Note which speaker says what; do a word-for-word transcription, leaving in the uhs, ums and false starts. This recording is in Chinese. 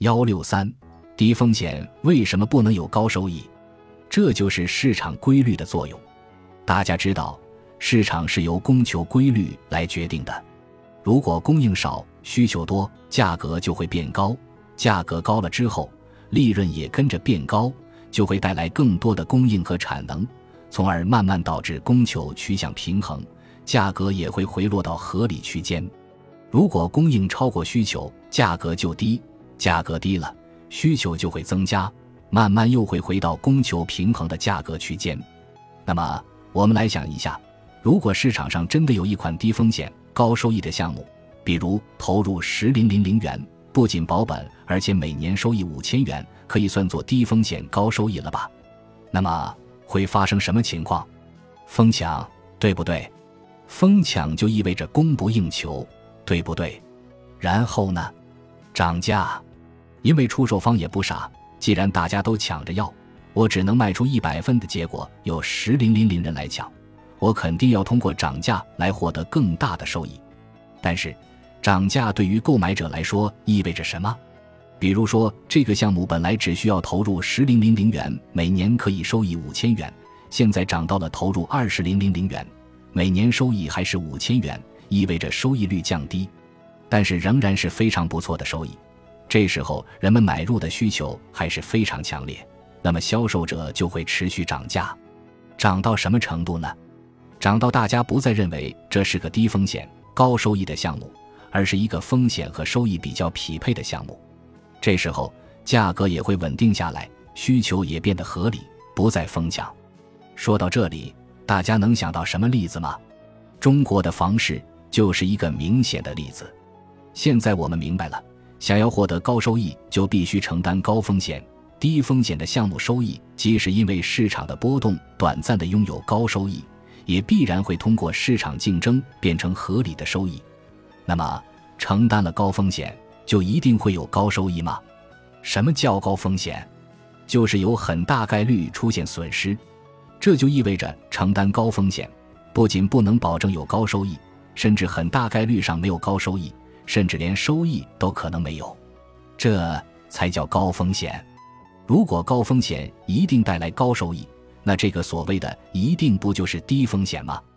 Speaker 1: 一六三，低风险为什么不能有高收益？这就是市场规律的作用。大家知道，市场是由供求规律来决定的。如果供应少，需求多，价格就会变高，价格高了之后，利润也跟着变高，就会带来更多的供应和产能，从而慢慢导致供求趋向平衡，价格也会回落到合理区间。如果供应超过需求，价格就低，价格低了，需求就会增加，慢慢又会回到供求平衡的价格区间。那么我们来想一下，如果市场上真的有一款低风险高收益的项目，比如投入十零元，不仅保本，而且每年收益五千元，可以算作低风险高收益了吧？那么会发生什么情况？疯抢，对不对？疯抢就意味着供不应求，对不对？然后呢？涨价。因为出售方也不傻，既然大家都抢着要，我只能卖出一百份的结果有十零人来抢，我肯定要通过涨价来获得更大的收益。但是涨价对于购买者来说意味着什么？比如说这个项目本来只需要投入十零元，每年可以收益五千元，现在涨到了投入二十零元，每年收益还是五千元，意味着收益率降低，但是仍然是非常不错的收益。这时候人们买入的需求还是非常强烈，那么销售者就会持续涨价。涨到什么程度呢？涨到大家不再认为这是个低风险高收益的项目，而是一个风险和收益比较匹配的项目。这时候价格也会稳定下来，需求也变得合理，不再疯抢。说到这里，大家能想到什么例子吗？中国的房市就是一个明显的例子。现在我们明白了，想要获得高收益，就必须承担高风险。低风险的项目收益，即使因为市场的波动短暂的拥有高收益，也必然会通过市场竞争变成合理的收益。那么，承担了高风险，就一定会有高收益吗？什么叫高风险？就是有很大概率出现损失。这就意味着承担高风险，不仅不能保证有高收益，甚至很大概率上没有高收益，甚至连收益都可能没有。这才叫高风险。如果高风险一定带来高收益，那这个所谓的一定不就是低风险吗？